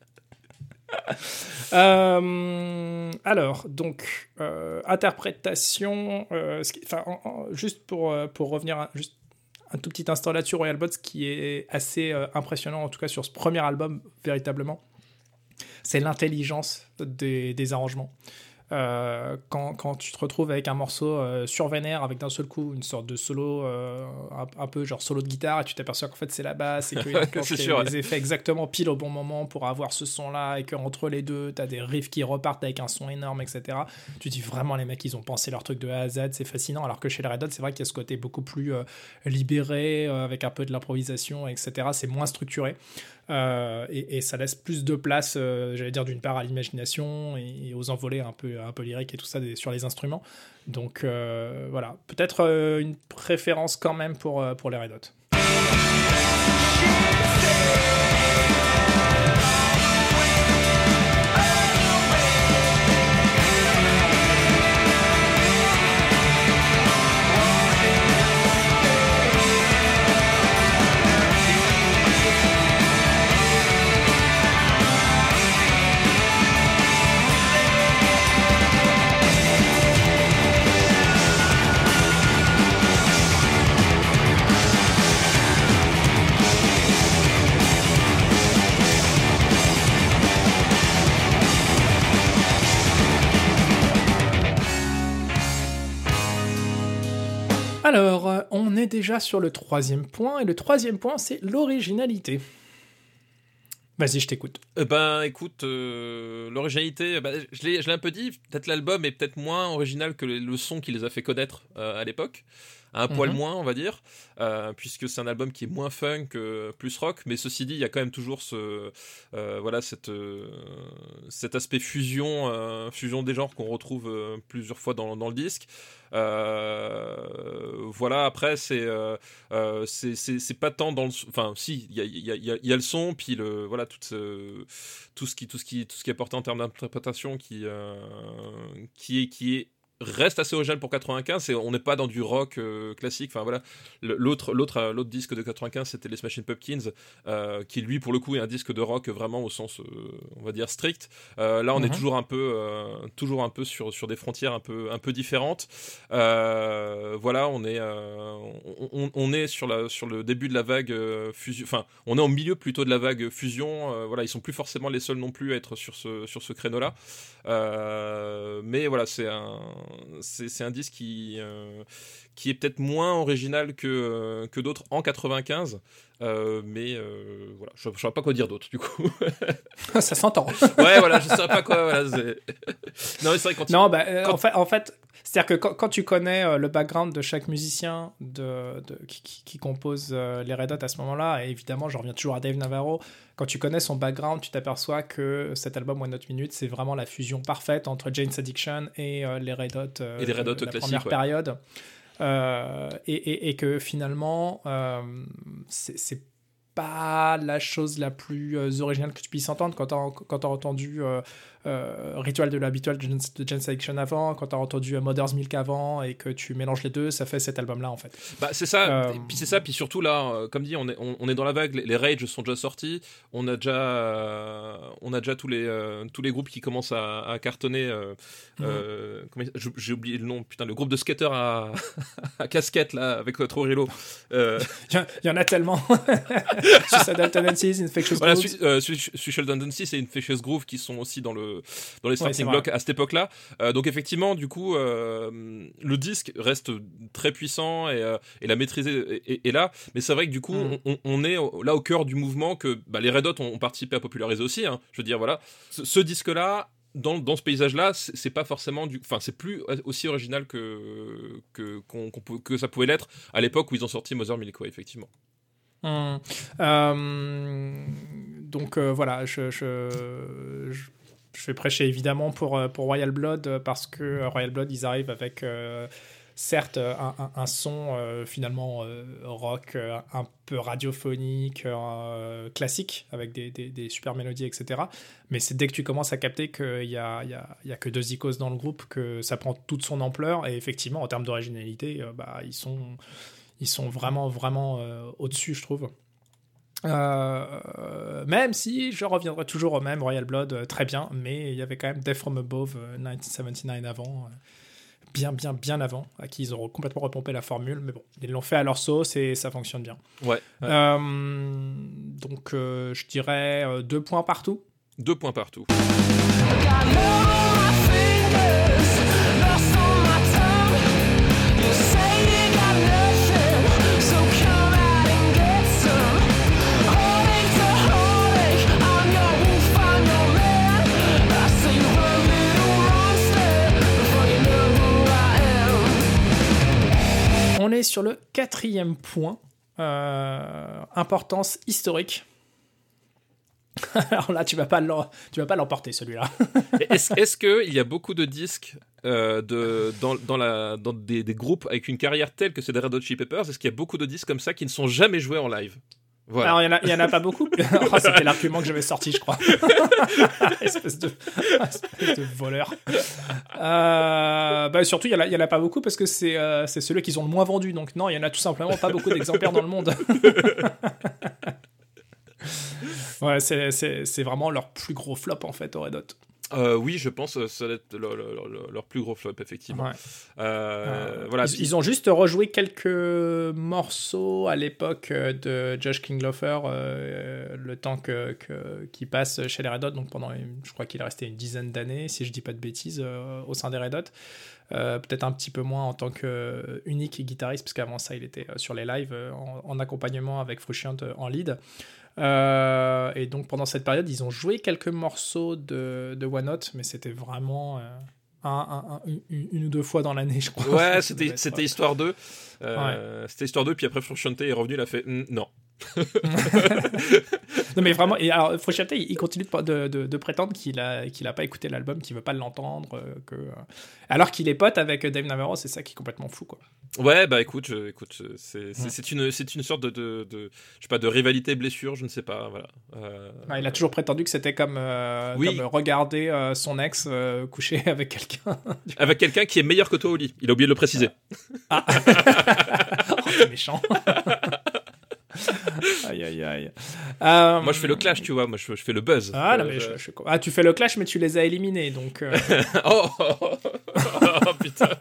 Alors, donc, interprétation, juste pour revenir juste un tout petit instant là-dessus, Royal Blood, ce qui est assez impressionnant, en tout cas sur ce premier album, véritablement, c'est l'intelligence des arrangements. Quand tu te retrouves avec un morceau survénère avec d'un seul coup une sorte de solo un peu genre solo de guitare et tu t'aperçois qu'en fait c'est la basse et qu'il enclenche les effets exactement pile au bon moment pour avoir ce son là et qu'entre les deux t'as des riffs qui repartent avec un son énorme, etc. Tu te dis vraiment les mecs ils ont pensé leur truc de A à Z, c'est fascinant, alors que chez les Red Hot c'est vrai qu'il y a ce côté beaucoup plus libéré avec un peu de l'improvisation, etc. C'est moins structuré. Et ça laisse plus de place, j'allais dire, d'une part à l'imagination et aux envolées un peu lyriques et tout ça sur les instruments. Donc voilà, peut-être une préférence quand même pour les Red Hot. Alors, on est déjà sur le troisième point, et le troisième point, c'est l'originalité. Vas-y, je t'écoute. Écoute, l'originalité, je l'ai un peu dit, peut-être l'album est peut-être moins original que le son qui les a fait connaître à l'époque. Un poil moins, on va dire, puisque c'est un album qui est moins funk, plus rock, mais ceci dit, il y a quand même toujours cet aspect fusion des genres qu'on retrouve plusieurs fois dans le disque. Voilà, après c'est pas tant dans le, enfin si, il y a le son, puis tout ce qui est apporté en termes d'interprétation qui est reste assez original pour 95, et on n'est pas dans du rock classique. Enfin voilà, l'autre disque de 95, c'était les Smashing Pumpkins, qui lui pour le coup est un disque de rock vraiment au sens on va dire strict. Là on est toujours un peu sur des frontières un peu différentes. Voilà, on est sur le début de la vague fusion, enfin on est au milieu plutôt de la vague fusion. Voilà, ils sont plus forcément les seuls non plus à être sur ce créneau là. Mais voilà, c'est un disque qui est peut-être moins original que d'autres en 95, mais voilà, je ne saurais pas quoi dire d'autre du coup. Ça s'entend. Ouais, voilà, je ne saurais pas quoi. Voilà, non, mais c'est vrai quand non, en fait, c'est-à-dire que quand tu connais le background de chaque musicien qui compose les Red Hot à ce moment-là, et évidemment, je reviens toujours à Dave Navarro. Quand tu connais son background, tu t'aperçois que cet album One Hot Minute, c'est vraiment la fusion parfaite entre Jane's Addiction et les Red Hot, et les Red Hot la classiques, première période. Et que finalement, c'est pas la chose la plus originale que tu puisses entendre quand t'as entendu Ritual de l'habituel de Jane's Addiction avant, quand t'as entendu Mother's Milk avant, et que tu mélanges les deux, ça fait cet album-là en fait. C'est ça. Et puis c'est ça. Puis surtout là, comme dit, on est dans la vague. Les Rage sont déjà sortis. On a déjà tous les groupes qui commencent à cartonner. J'ai oublié le nom. Putain, le groupe de skateurs à casquette là avec Trujillo. Il y en a tellement. Suicidal Tendencies, Infectious Grooves. Voilà, Suicidal Tendencies et Infectious Grooves qui sont aussi dans les starting blocks à cette époque-là. Donc effectivement, du coup, le disque reste très puissant et la maîtrise est là. Mais c'est vrai que du coup, on est là au cœur du mouvement que les Red Hot ont participé à populariser aussi. Hein. Je veux dire, voilà, ce disque-là, dans ce paysage-là, c'est pas forcément c'est plus aussi original que ça pouvait l'être à l'époque où ils ont sorti Mother's Milk, effectivement. Donc voilà, je vais prêcher évidemment pour Royal Blood, parce que Royal Blood ils arrivent avec certes un son finalement rock un peu radiophonique, classique, avec des super mélodies, etc. Mais c'est dès que tu commences à capter qu'il y a que 2 icônes dans le groupe que ça prend toute son ampleur. Et effectivement, en termes d'originalité, ils sont vraiment au-dessus, je trouve. Même si je reviendrai toujours au même, Royal Blood, très bien, mais il y avait quand même Death from Above 1979 avant, bien avant, à qui ils ont complètement repompé la formule, mais bon, ils l'ont fait à leur sauce et ça fonctionne bien. Ouais. Donc je dirais 2 points partout. 2 points partout. On est sur le 4e point, importance historique. Alors là, tu vas pas l'emporter, celui-là. Est-ce qu'il y a beaucoup de disques dans des groupes avec une carrière telle que c'est des Red Hot Chili Peppers? Est-ce qu'il y a beaucoup de disques comme ça qui ne sont jamais joués en live? Voilà. Alors, il y en a pas beaucoup. Oh, c'était l'argument que j'avais sorti, je crois. espèce de voleur. Surtout, il y en a pas beaucoup parce que c'est ceux qui sont le moins vendus. Donc non, il y en a tout simplement pas beaucoup d'exemplaires dans le monde. Ouais, c'est vraiment leur plus gros flop en fait, au Red Hot. Oui, je pense que ça va être leur plus gros flop, effectivement. Ouais. Voilà. Ils ont juste rejoué quelques morceaux à l'époque de Josh Kinglofer, le temps qu'il passe chez les Red Hot, donc je crois qu'il est resté une dizaine d'années, si je dis pas de bêtises, au sein des Red Hot. Peut-être un petit peu moins en tant qu'unique guitariste, parce qu'avant ça, il était sur les lives en accompagnement avec Frusciante en lead. Et donc pendant cette période, ils ont joué quelques morceaux de One Note, mais c'était vraiment une ou 2 fois dans l'année, je crois. Ouais, c'était Histoire 2. C'était Histoire 2, puis après Frusciante est revenu, il a fait non. Non mais vraiment, et alors Frusciante il continue de prétendre qu'il a pas écouté l'album, qu'il veut pas l'entendre, alors qu'il est pote avec Dave Navarro. C'est ça qui est complètement fou, quoi. Ouais, bah écoute, c'est une sorte de je sais pas, de rivalité blessure, je ne sais pas, voilà. Il a toujours prétendu que c'était comme regarder son ex coucher avec quelqu'un. Avec quelqu'un qui est meilleur que toi au lit. Il a oublié de le préciser. Ah. Oh, c'est méchant. Aïe. Moi, je fais le clash, tu vois. Moi, je fais le buzz. Ah, non, mais tu fais le clash, mais tu les as éliminés, donc... oh, putain.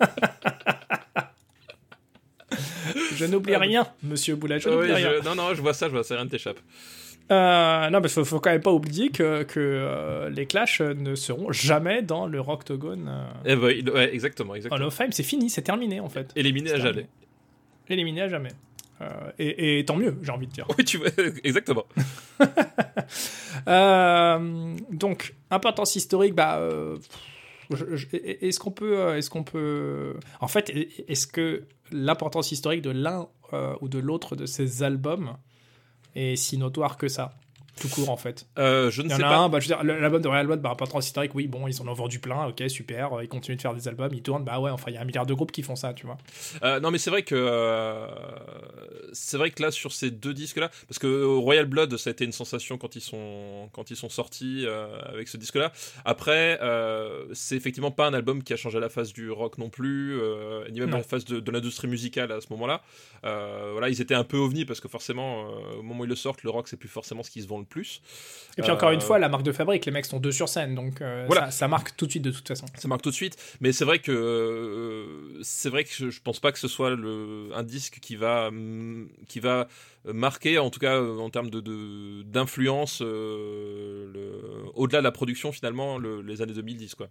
Je n'oublie rien, monsieur Boula, je n'oublie rien. Non, je vois ça, rien ne t'échappe. Non, mais faut quand même pas oublier que les Clash ne seront jamais dans le Rocktogone. Ouais, exactement. Hall of Fame, c'est fini, c'est terminé, en fait. Éliminé à jamais. Éliminé à jamais. Et tant mieux, j'ai envie de dire. Oui, tu vois, exactement. Donc, importance historique, est-ce qu'on peut... En fait, est-ce que l'importance historique de l'un ou de l'autre de ces albums est si notoire que ça, tout court, en fait? Je ne sais pas. Il y en a un, je veux dire, l'album de Royal Blood, importance historique, oui, bon, ils en ont vendu plein, ok, super, ils continuent de faire des albums, ils tournent, ouais, enfin, il y a 1 milliard de groupes qui font ça, tu vois. Non, mais c'est vrai que là, sur ces 2 disques-là, parce que Royal Blood, ça a été une sensation quand ils sont sortis avec ce disque-là. Après, c'est effectivement pas un album qui a changé la face du rock non plus, ni même la face de l'industrie musicale à ce moment-là. Voilà, ils étaient un peu ovnis parce que forcément, au moment où ils le sortent, le rock, c'est plus forcément ce qui se vend le plus. Et puis encore une fois, la marque de fabrique, les mecs sont 2 sur scène, donc voilà. ça marque tout de suite, de toute façon. Ça marque tout de suite, mais c'est vrai que je pense pas que ce soit un disque qui va marquer, en tout cas en termes d'influence, au-delà de la production finalement, les années 2010, quoi.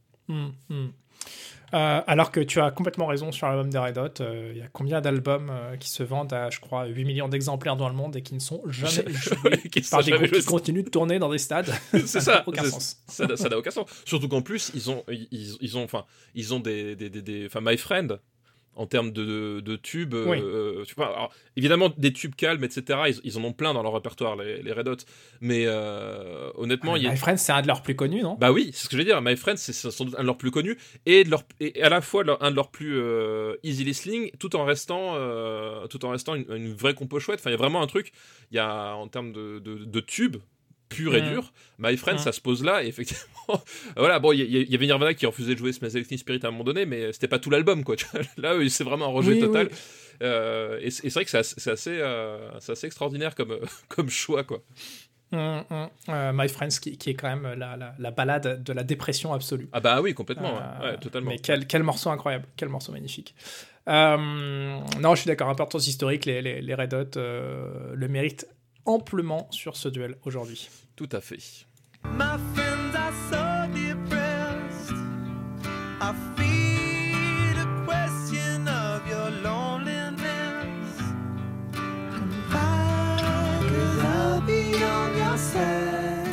Alors que tu as complètement raison sur l'album des Red Hot, il y a combien d'albums qui se vendent à, je crois, 8 millions d'exemplets dans le monde et qui ne sont jamais joués par des groupes qui continuent de tourner dans des stades. C'est ça. Aucun sens. Ça n'a aucun sens. Surtout qu'en plus, ils ont des My Friend. en termes de tubes. Oui. Tu vois, alors, évidemment, des tubes calmes, etc., ils en ont plein dans leur répertoire, les Red Hot. Mais honnêtement, My Friends, c'est un de leurs plus connus, non? Bah oui, c'est ce que je veux dire. My Friends, c'est sans doute un de leurs plus connus et à la fois un de leurs plus easy listening, tout en restant une vraie compo chouette. Enfin, il y a vraiment un truc. Il y a en termes de tubes pur et dur. My Friends, ça se pose là, et effectivement, voilà, bon, il y avait Nirvana qui refusait de jouer Smells Teen Spirit à un moment donné, mais c'était pas tout l'album, quoi. Là, c'est vraiment un rejet total. Oui. Et c'est vrai que c'est assez extraordinaire comme choix, quoi. My Friends, qui est quand même la balade de la dépression absolue. Ah bah oui, complètement, ouais, totalement. Mais quel morceau incroyable, quel morceau magnifique. Non, je suis d'accord, importance historique, les Red Hot le méritent amplement sur ce duel aujourd'hui. Tout à fait. My friends are so depressed. I feel a question of your loneliness. Come back, 'cause I'll be on your side.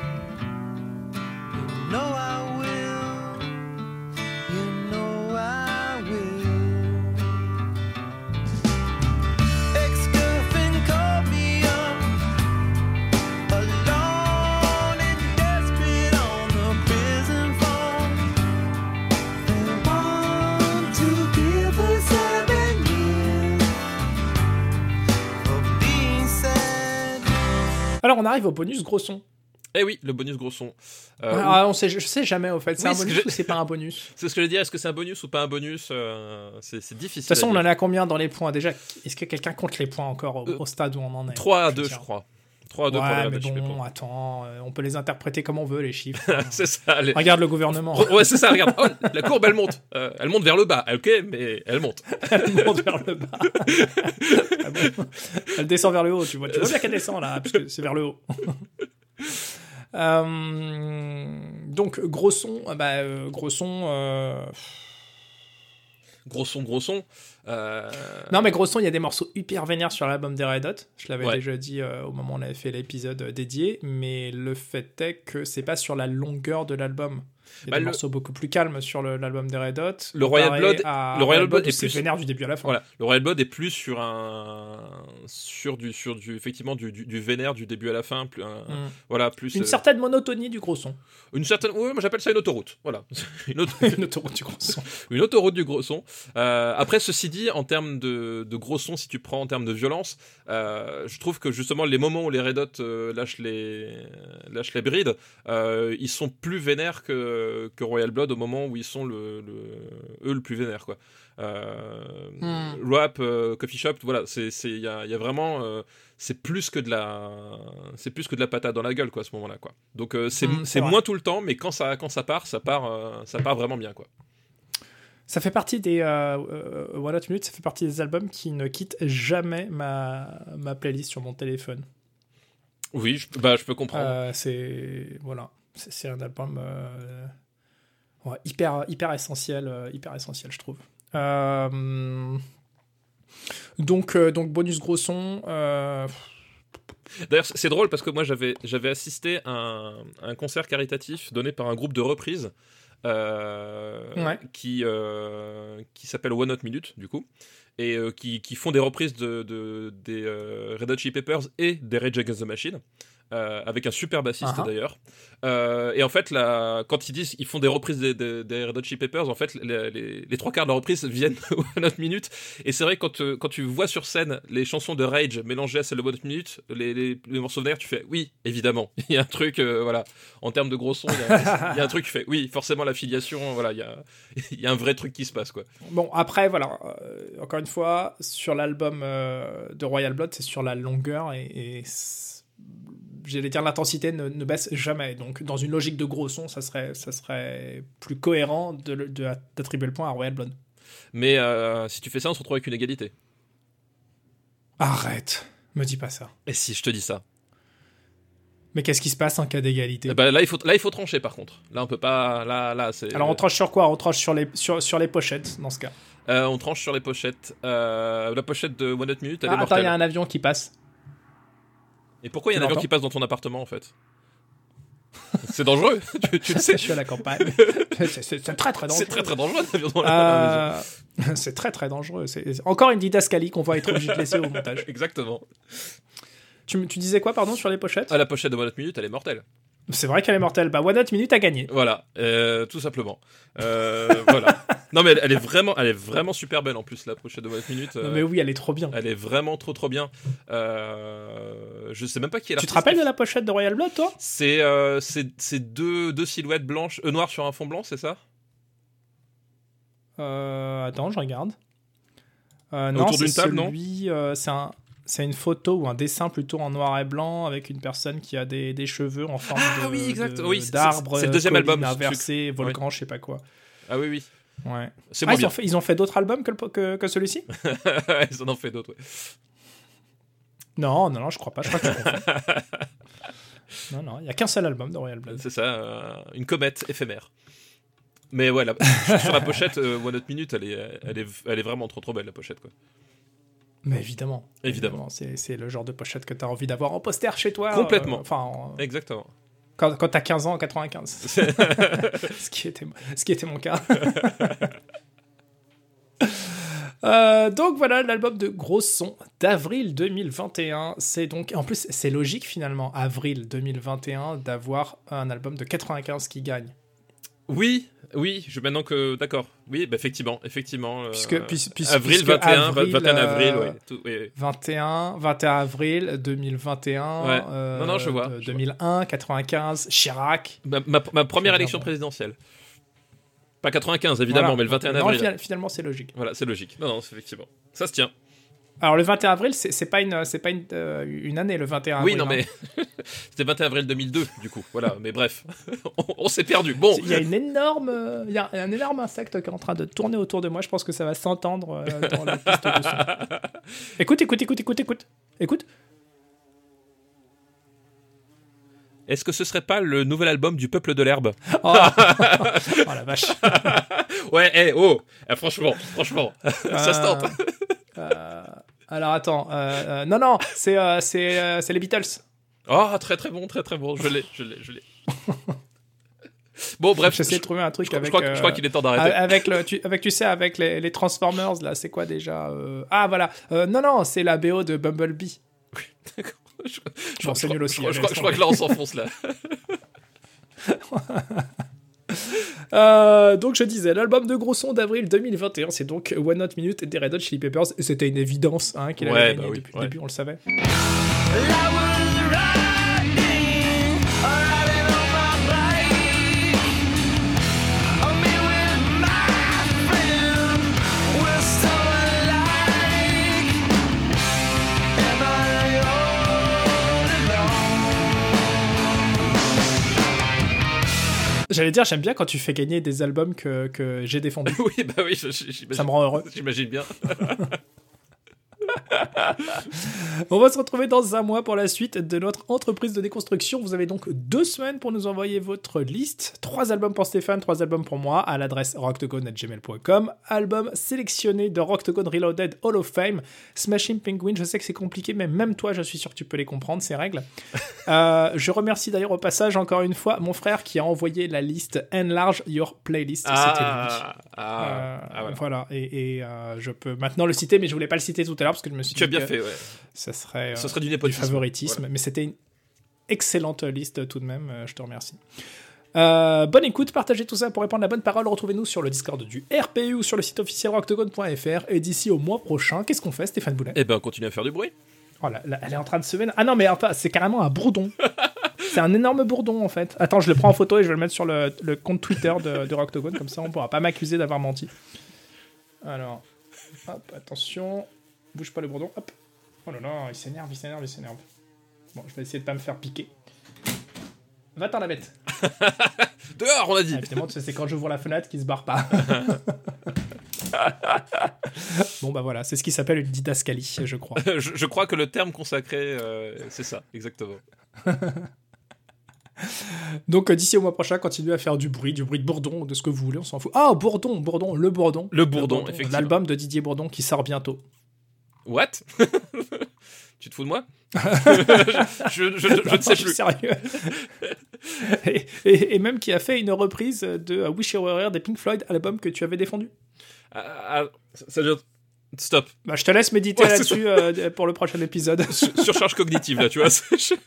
You know I will. You know I will. Ex-girlfriend called me up. Alone and desperate on the prison phone. They want to give her 7 years for being sad. Alors, on arrive au bonus gros son. Eh oui, le bonus gros son. Je sais jamais, au fait. C'est un bonus ou c'est pas un bonus? C'est ce que je veux dire. Est-ce que c'est un bonus ou pas un bonus? C'est difficile. De toute façon, on en a combien dans les points déjà? Est-ce que quelqu'un compte les points encore au stade où on en est? 3-2, je crois. 3-2 pour les mais Red Hot Chili bon, Peppers. attends, on peut les interpréter comme on veut, les chiffres. C'est ça. Regarde le gouvernement. Ouais, c'est ça, regarde. Oh, la courbe, elle monte. Elle monte vers le bas, ok, mais elle monte. Elle monte vers le bas. Ah bon, elle descend vers le haut, tu vois. Tu vois bien qu'elle descend, là, puisque c'est vers le haut. Donc, gros son. Gros son. Non, mais gros son, il y a des morceaux hyper vénères sur l'album des Red Hot. Je l'avais Ouais. déjà dit au moment où on avait fait l'épisode dédié, mais le fait est que c'est pas sur la longueur de l'album. Il y a des morceaux beaucoup plus calmes sur l'album des Red Hot. Le Royal Blood est c'est plus vénère du début à la fin. Voilà, le Royal Blood est plus sur effectivement du vénère du début à la fin, voilà, plus une certaine monotonie du gros son. oui, moi j'appelle ça une autoroute. Voilà, une autoroute du gros son. Une autoroute du gros son. Après, ceci dit, en termes de gros son, si tu prends en termes de violence, je trouve que justement les moments où les Red Hot lâchent les brides, ils sont plus vénères que Royal Blood au moment où ils sont eux le plus vénère, quoi. Rap, Coffee Shop, voilà, il y a vraiment c'est plus que de la patate dans la gueule, quoi, à ce moment-là, quoi. Donc c'est moins tout le temps, mais quand ça part vraiment bien, quoi. Ça fait partie des One Hot Minute, ça fait partie des albums qui ne quittent jamais ma playlist sur mon téléphone. Oui, je peux comprendre. C'est un album hyper essentiel, je trouve. Donc bonus gros son. D'ailleurs, c'est drôle parce que moi j'avais assisté à un concert caritatif donné par un groupe de reprises qui s'appelle One Hot Minute, du coup, et qui font des reprises des Red Hot Chili Peppers et des Rage Against the Machine. Avec un super bassiste d'ailleurs. Et en fait, quand ils font des reprises des Red Hot Chili Peppers, en fait, les 3 quarts de la reprise viennent à notre minute. Et c'est vrai, quand tu vois sur scène les chansons de Rage mélangées à celles de One Hot Minute, les morceaux vénères, tu fais oui, évidemment. Il y a un truc, voilà, en termes de gros son, il y a un truc qui fait oui, forcément l'affiliation, voilà, il y a un vrai truc qui se passe, quoi. Bon, après, voilà, encore une fois, sur l'album de Royal Blood, c'est sur la longueur et j'allais dire l'intensité ne baisse jamais. Donc, dans une logique de gros son, ça serait plus cohérent d'attribuer le point à Royal Blood. Mais si tu fais ça, on se retrouve avec une égalité. Arrête, me dis pas ça. Et si je te dis ça? Mais qu'est-ce qui se passe en cas d'égalité? Là, il faut trancher, par contre. Là, on peut pas. Là, c'est. Alors, on tranche sur quoi? On tranche sur les pochettes, dans ce cas. On tranche sur les pochettes. La pochette de One Hot Minute, elle est mortelle. Attends, il y a un avion qui passe. Et pourquoi il y a un avion qui passe dans ton appartement, en fait? C'est dangereux, tu le sais. Je suis à la campagne. C'est très très dangereux. C'est très très dangereux d'avion dans la maison. C'est très très dangereux. C'est encore une didascalie qu'on va être obligé de laisser au montage. Exactement. Tu disais quoi, pardon, sur les pochettes? Ah, la pochette de One Hot Minute, elle est mortelle. C'est vrai qu'elle est mortelle. Bah, One Hot Minute a gagné. Voilà, tout simplement. Voilà. Non, mais elle est vraiment super belle en plus, la pochette de One Hot Minute. Non, mais oui, elle est trop bien. Elle est vraiment trop bien. Je sais même pas qui est l'artiste. Tu te rappelles de la pochette de Royal Blood, toi? C'est deux silhouettes blanches, noires sur un fond blanc, c'est ça? Attends, je regarde. Autour d'une table, non? C'est une photo ou un dessin plutôt en noir et blanc avec une personne qui a des cheveux en forme oui, exact. Oui, d'arbre, c'est le deuxième album, ce inversé, truc. volcan, je sais pas quoi. Ah oui. Ouais. C'est moins bien. Ils ont fait d'autres albums que celui-ci? Ils en ont fait d'autres, ouais. Non, je crois pas. Je crois que tu confonds. Non, il y a qu'un seul album de Royal Blood. C'est ça, une comète éphémère. Mais ouais, sur la pochette, One Hot Minute, elle est vraiment trop belle, la pochette, quoi. Mais évidemment. C'est le genre de pochette que tu as envie d'avoir en poster chez toi. Complètement. Exactement. Quand tu as 15 ans en 95. ce qui était mon cas. Donc voilà l'album de Gros Son d'avril 2021. C'est donc, en plus, c'est logique finalement, avril 2021, d'avoir un album de 95 qui gagne. Oui, maintenant que... D'accord. Oui, bah effectivement. Puisque avril 21 avril, ouais. Oui. 21 avril 2021. Ouais. Non, je vois. 2001, 95, Chirac. Ma première élection présidentielle. Pas 95, évidemment, voilà. Mais le 21 avril. Non, finalement, c'est logique. Voilà, c'est logique. Non, c'est effectivement. Ça se tient. Alors, le 21 avril, c'est pas une année, le 21 avril. Oui, non, mais c'était 21 avril 2002, du coup. Voilà, mais bref. on s'est perdu. Bon. Il y a un énorme insecte qui est en train de tourner autour de moi. Je pense que ça va s'entendre dans la piste de son. Écoute. Est-ce que ce serait pas le nouvel album du Peuple de l'Herbe? Oh la vache. Ouais, franchement, ça se tente. Alors attends, non, c'est les Beatles. Oh, très très bon, je l'ai. Bon, bref, j'essaie de trouver un truc avec. Je crois qu'il est temps d'arrêter. Avec les Transformers là, c'est quoi déjà? Ah voilà, non, c'est la BO de Bumblebee. Oui, d'accord. C'est nul aussi. Je crois que là on s'enfonce là. Donc je disais, l'album de Gros Son d'avril 2021, c'est donc One Hot Minute des Red Hot Chili Peppers, et c'était une évidence qu'il avait gagné depuis le début, on le savait. J'allais dire, j'aime bien quand tu fais gagner des albums que j'ai défendus. Oui, ça me rend heureux. J'imagine bien. On va se retrouver dans un mois pour la suite de notre entreprise de déconstruction. Vous avez donc 2 semaines pour nous envoyer votre liste. 3 albums pour Stéphane, 3 albums pour moi à l'adresse rocktogone@gmail.com. Album sélectionné de Rocktogone Reloaded Hall of Fame. Smashing Penguin, je sais que c'est compliqué, mais même toi, je suis sûr que tu peux les comprendre, ces règles. Je remercie d'ailleurs au passage, encore une fois, mon frère qui a envoyé la liste Enlarge Your Playlist. C'était lui. Voilà, et je peux maintenant le citer, mais je voulais pas le citer tout à l'heure parce que je me suis dit tu as bien fait, ouais. Ce serait du népotisme, favoritisme, voilà. Mais c'était une excellente liste tout de même, je te remercie. Bonne écoute, partagez tout ça pour répandre la bonne parole. Retrouvez-nous sur le Discord du RPU ou sur le site officiel rocktogone.fr. Et d'ici au mois prochain, qu'est-ce qu'on fait, Stéphane Boulet? Eh ben, continue à faire du bruit. Oh là, elle est en train de se vénérer. Ah non, mais enfin, c'est carrément un bourdon. C'est un énorme bourdon en fait. Attends, je le prends en photo et je vais le mettre sur le compte Twitter de Rocktogone, comme ça on pourra pas m'accuser d'avoir menti. Alors, hop, attention. Bouge pas le bourdon, hop. Oh là là, il s'énerve. Bon, je vais essayer de pas me faire piquer. Va-t'en la bête. Dehors, on a dit. Évidemment, c'est quand j'ouvre la fenêtre qu'il se barre pas. Bon bah voilà, c'est ce qui s'appelle une didascalie, je crois. Je crois que le terme consacré, c'est ça, exactement. Donc d'ici au mois prochain, continuez à faire du bruit de bourdon, de ce que vous voulez, on s'en fout. Ah, Bourdon, le Bourdon. Le Bourdon, effectivement. L'album de Didier Bourdon qui sort bientôt. What? Tu te fous de moi? Je ne sais plus. Sérieux. Et même qui a fait une reprise de Wish You Were Here des Pink Floyd, l'album que tu avais défendu. Ça veut dire... Stop. Bah, je te laisse méditer Ouais, là-dessus pour le prochain épisode. Surcharge cognitive, là, tu vois.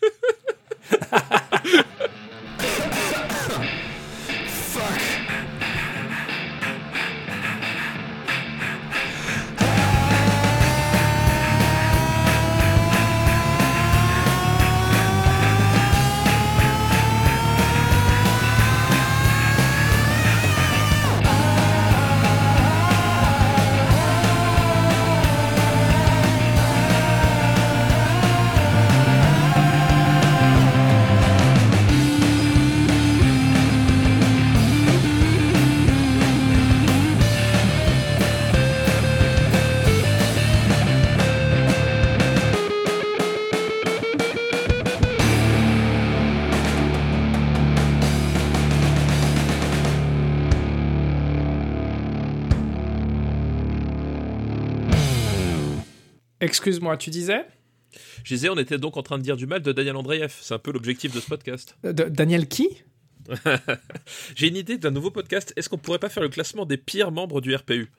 Excuse-moi, tu disais Je disais, on était donc en train de dire du mal de Daniel Andreev. C'est un peu l'objectif de ce podcast. Daniel qui? J'ai une idée d'un nouveau podcast. Est-ce qu'on pourrait pas faire le classement des pires membres du RPU?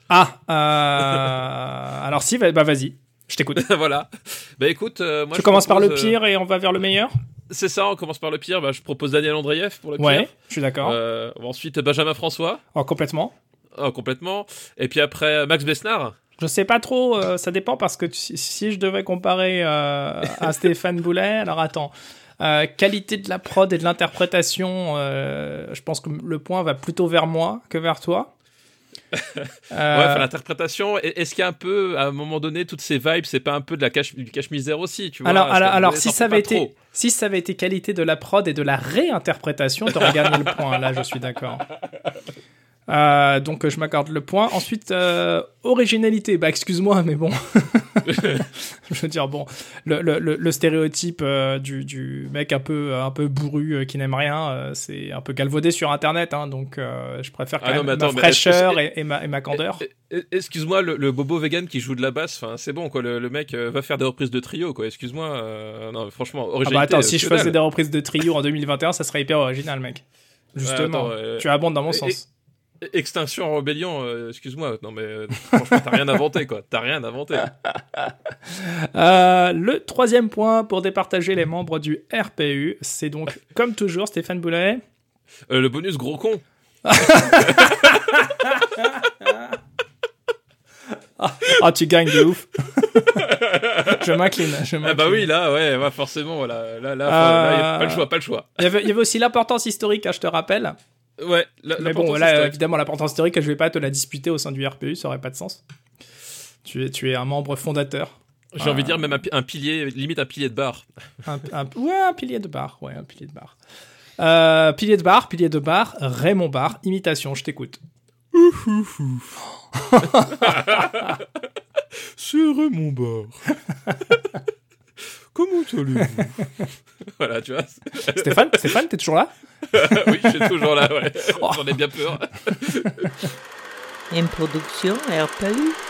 Alors si, bah vas-y, je t'écoute. Voilà. Bah écoute, moi Tu je commences par le propose, pire et on va vers le meilleur? C'est ça, on commence par le pire. Bah, je propose Daniel Andreev pour le pire. Ouais, je suis d'accord. Ensuite, Benjamin François. Oh, complètement. Complètement. Et puis après, Max Besnard. Je sais pas trop, ça dépend parce que si je devais comparer à Stéphane Boulet, alors attends, qualité de la prod et de l'interprétation, je pense que le point va plutôt vers moi que vers toi. L'interprétation, est-ce qu'il y a un peu, à un moment donné, toutes ces vibes, c'est pas un peu de du cache-misère aussi, tu vois? Alors si ça avait été qualité de la prod et de la réinterprétation, t'aurais gagné le point, là je suis d'accord. Donc je m'accorde le point. Ensuite, originalité. Bah excuse-moi, mais bon. Je veux dire, bon, le stéréotype du mec un peu bourru qui n'aime rien, c'est un peu galvaudé sur Internet, hein, donc je préfère quand même ma fraîcheur et ma candeur. Excuse-moi, le bobo vegan qui joue de la basse, c'est bon, quoi. Le mec va faire des reprises de trio, quoi. Excuse-moi. Non, franchement, originalité. Attends, si je faisais des reprises de trio en 2021, ça serait hyper original, mec. Justement, tu abondes dans mon sens. Extinction en rébellion, excuse-moi, non mais franchement t'as rien inventé, quoi, t'as rien inventé. Le troisième point pour départager les membres du RPU, c'est donc comme toujours Stéphane Boulet. Le bonus gros con. Tu gagnes de ouf. Je m'incline. Bah oui, là, ouais, forcément, voilà, là, y a pas le choix. Il y avait aussi l'importance historique, je te rappelle. Ouais, mais bon, là, évidemment, l'importance historique, je vais pas te la disputer au sein du RPU, ça aurait pas de sens. Tu es un membre fondateur. J'ai envie de dire même un pilier, limite un pilier de bar. Un pilier de bar, un pilier de bar. Pilier de bar, Raymond Barre, imitation, je t'écoute. C'est Raymond Barre. Comment allez-vous? Voilà, tu vois. Stéphane, t'es toujours là? Oui, je suis toujours là, ouais. J'en ai bien peur. Une production RPU.